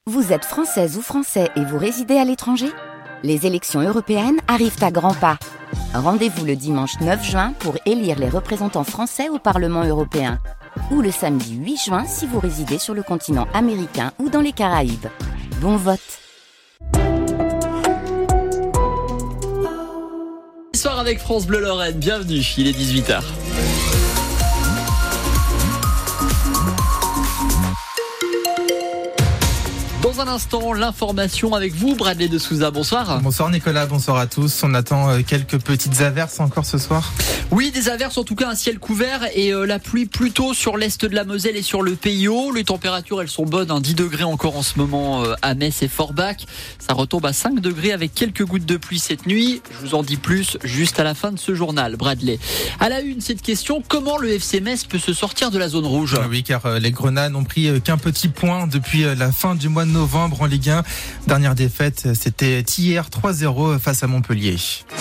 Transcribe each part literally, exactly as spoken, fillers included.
Vous êtes française ou français et vous résidez à l'étranger ? Les élections européennes arrivent à grands pas. Rendez-vous le dimanche neuf juin pour élire les représentants français au Parlement européen. Ou le samedi huit juin si vous résidez sur le continent américain ou dans les Caraïbes. Bon vote! Soir avec France Bleu Lorraine, bienvenue, il est dix-huit heures. Dans un instant, l'information avec vous, Bradley de Souza. Bonsoir. Bonsoir Nicolas, bonsoir à tous. On attend quelques petites averses encore ce soir. Oui, des averses, en tout cas un ciel couvert et euh, la pluie plutôt sur l'est de la Moselle et sur le Pays Haut. Les températures, elles sont bonnes, hein, dix degrés encore en ce moment euh, à Metz et Forbach. Ça retombe à cinq degrés avec quelques gouttes de pluie cette nuit. Je vous en dis plus juste à la fin de ce journal, Bradley. À la une, cette question, comment le F C Metz peut se sortir de la zone rouge ? Oui, car euh, les Grenats n'ont pris qu'un petit point depuis euh, la fin du mois de novembre en Ligue un. Dernière défaite, c'était hier trois zéro face à Montpellier.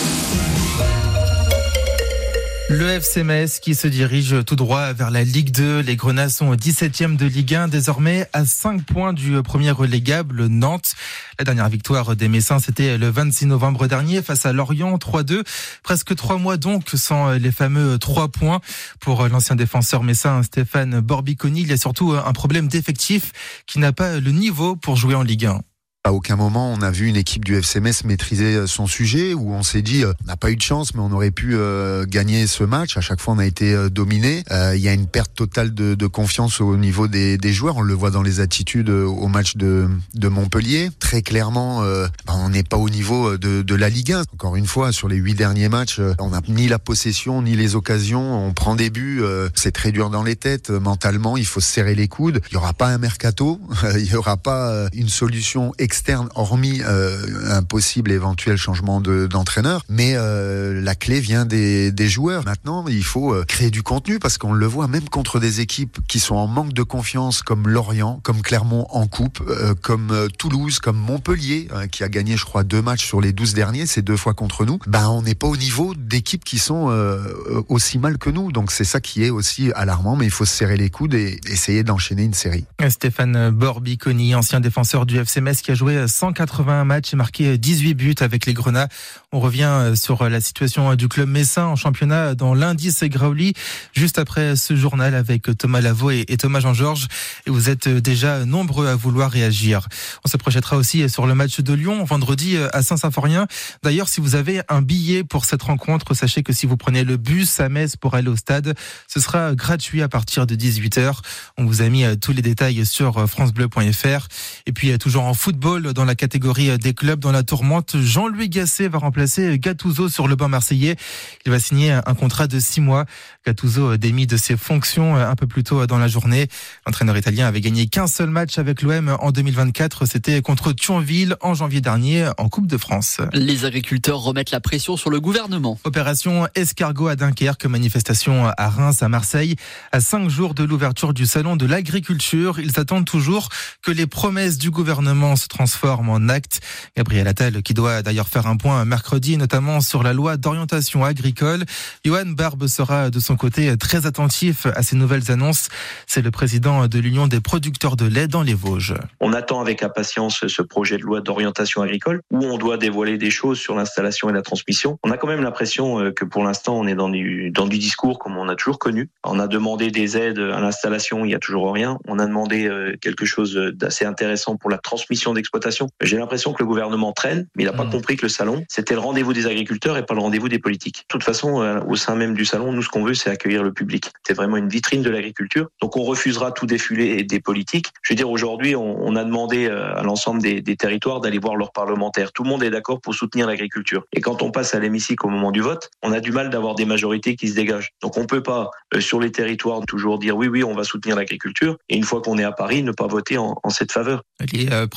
Le F C Metz qui se dirige tout droit vers la Ligue deux. Les Grenats sont dix-septième de Ligue un, désormais à cinq points du premier relégable Nantes. La dernière victoire des Messins, c'était le vingt-six novembre dernier face à Lorient, trois deux. Presque trois mois donc sans les fameux trois points. Pour l'ancien défenseur messin Stéphane Borbiconi, il y a surtout un problème d'effectif qui n'a pas le niveau pour jouer en Ligue un. À aucun moment on a vu une équipe du F C Metz maîtriser son sujet, où on s'est dit euh, on n'a pas eu de chance mais on aurait pu euh, gagner ce match. À chaque fois on a été euh, dominé. Euh, il y a une perte totale de, de confiance au niveau des, des joueurs. On le voit dans les attitudes euh, au match de, de Montpellier. Très clairement, euh, bah, on n'est pas au niveau de, de la Ligue un. Encore une fois, sur les huit derniers matchs, euh, on n'a ni la possession ni les occasions. On prend des buts, euh, c'est très dur dans les têtes. Mentalement, il faut se serrer les coudes. Il y aura pas un mercato, il y aura pas euh, une solution externe, hormis euh, un possible éventuel changement de, d'entraîneur, mais euh, la clé vient des, des joueurs. Maintenant, il faut euh, créer du contenu, parce qu'on le voit même contre des équipes qui sont en manque de confiance, comme Lorient, comme Clermont en coupe, euh, comme euh, Toulouse, comme Montpellier, euh, qui a gagné, je crois, deux matchs sur les douze derniers, c'est deux fois contre nous. Ben, on n'est pas au niveau d'équipes qui sont euh, aussi mal que nous, donc c'est ça qui est aussi alarmant, mais il faut se serrer les coudes et essayer d'enchaîner une série. Stéphane Borbiconi, ancien défenseur du F C Metz, qui a joué cent quatre-vingts matchs et marqué dix-huit buts avec les Grenats. On revient sur la situation du club messin en championnat dans l'indice Grauli, juste après ce journal avec Thomas Lavaux et Thomas Jean-Georges. Et vous êtes déjà nombreux à vouloir réagir. On se projettera aussi sur le match de Lyon vendredi à Saint-Symphorien. D'ailleurs, si vous avez un billet pour cette rencontre, sachez que si vous prenez le bus à Metz pour aller au stade, ce sera gratuit à partir de dix-huit heures. On vous a mis tous les détails sur francebleu point fr. Et puis toujours en football, dans la catégorie des clubs dans la tourmente, Jean-Louis Gasset va remplacer Gattuso sur le banc marseillais. Il va signer un contrat de six mois. Gattuso démis de ses fonctions un peu plus tôt dans la journée. L'entraîneur italien avait gagné qu'un seul match avec l'O M en deux mille vingt-quatre. C'était contre Thionville en janvier dernier en Coupe de France. Les agriculteurs remettent la pression sur le gouvernement. Opération escargot à Dunkerque, manifestation à Reims, à Marseille. À cinq jours de l'ouverture du salon de l'agriculture, ils attendent toujours que les promesses du gouvernement se transforment en actes. Gabriel Attal, qui doit d'ailleurs faire un point mercredi, notamment sur la loi d'orientation agricole. Johan Barbe sera de son côté très attentif à ces nouvelles annonces. C'est le président de l'Union des producteurs de lait dans les Vosges. On attend avec impatience ce projet de loi d'orientation agricole, où on doit dévoiler des choses sur l'installation et la transmission. On a quand même l'impression que pour l'instant on est dans du, dans du discours comme on a toujours connu. On a demandé des aides à l'installation, il n'y a toujours rien. On a demandé quelque chose d'assez intéressant pour la transmission d'exploitation. J'ai l'impression que le gouvernement traîne, mais il n'a pas mmh. compris que le salon, c'était le rendez-vous des agriculteurs et pas le rendez-vous des politiques. De toute façon, euh, au sein même du salon, nous, ce qu'on veut, c'est accueillir le public. C'est vraiment une vitrine de l'agriculture. Donc, on refusera tout défilé des politiques. Je veux dire, aujourd'hui, on, on a demandé euh, à l'ensemble des, des territoires d'aller voir leurs parlementaires. Tout le monde est d'accord pour soutenir l'agriculture. Et quand on passe à l'hémicycle au moment du vote, on a du mal d'avoir des majorités qui se dégagent. Donc, on peut pas, euh, sur les territoires, toujours dire oui, oui, on va soutenir l'agriculture. Et une fois qu'on est à Paris, ne pas voter en, en cette faveur. Les euh, principaux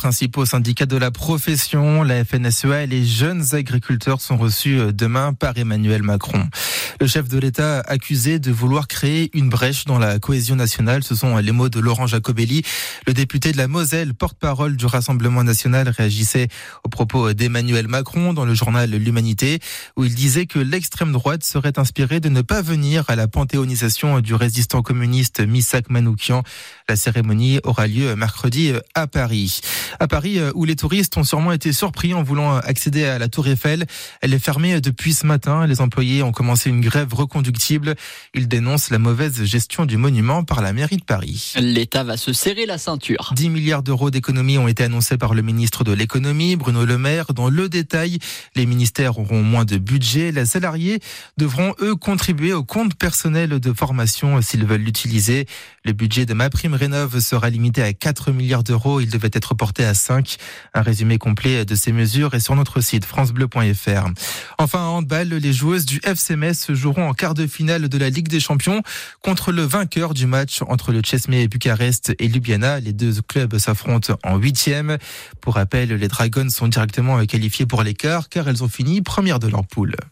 principaux syndicats de la profession, la F N S E A et les jeunes agriculteurs sont reçus demain par Emmanuel Macron. Le chef de l'État accusé de vouloir créer une brèche dans la cohésion nationale, ce sont les mots de Laurent Jacobelli. Le député de la Moselle, porte-parole du Rassemblement national, réagissait aux propos d'Emmanuel Macron dans le journal L'Humanité, où il disait que l'extrême droite serait inspirée de ne pas venir à la panthéonisation du résistant communiste Missak Manoukian. La cérémonie aura lieu mercredi à Paris. À Paris, où les touristes ont sûrement été surpris en voulant accéder à la Tour Eiffel. Elle est fermée depuis ce matin. Les employés ont commencé une grève reconductible. Ils dénoncent la mauvaise gestion du monument par la mairie de Paris. L'État va se serrer la ceinture. dix milliards d'euros d'économies ont été annoncés par le ministre de l'économie, Bruno Le Maire. Dans le détail, les ministères auront moins de budget. Les salariés devront, eux, contribuer au compte personnel de formation s'ils veulent l'utiliser. Le budget de MaPrimeRénov' sera limité à quatre milliards d'euros. Il devait être porté à cinq. Un résumé complet de ces mesures est sur notre site francebleu point f r. Enfin, en handball, les joueuses du F C Metz joueront en quart de finale de la Ligue des Champions contre le vainqueur du match entre le Chesme Bucarest et Ljubljana. Les deux clubs s'affrontent en huitième. Pour rappel, les Dragons sont directement qualifiés pour l'écart car elles ont fini première de leur poule.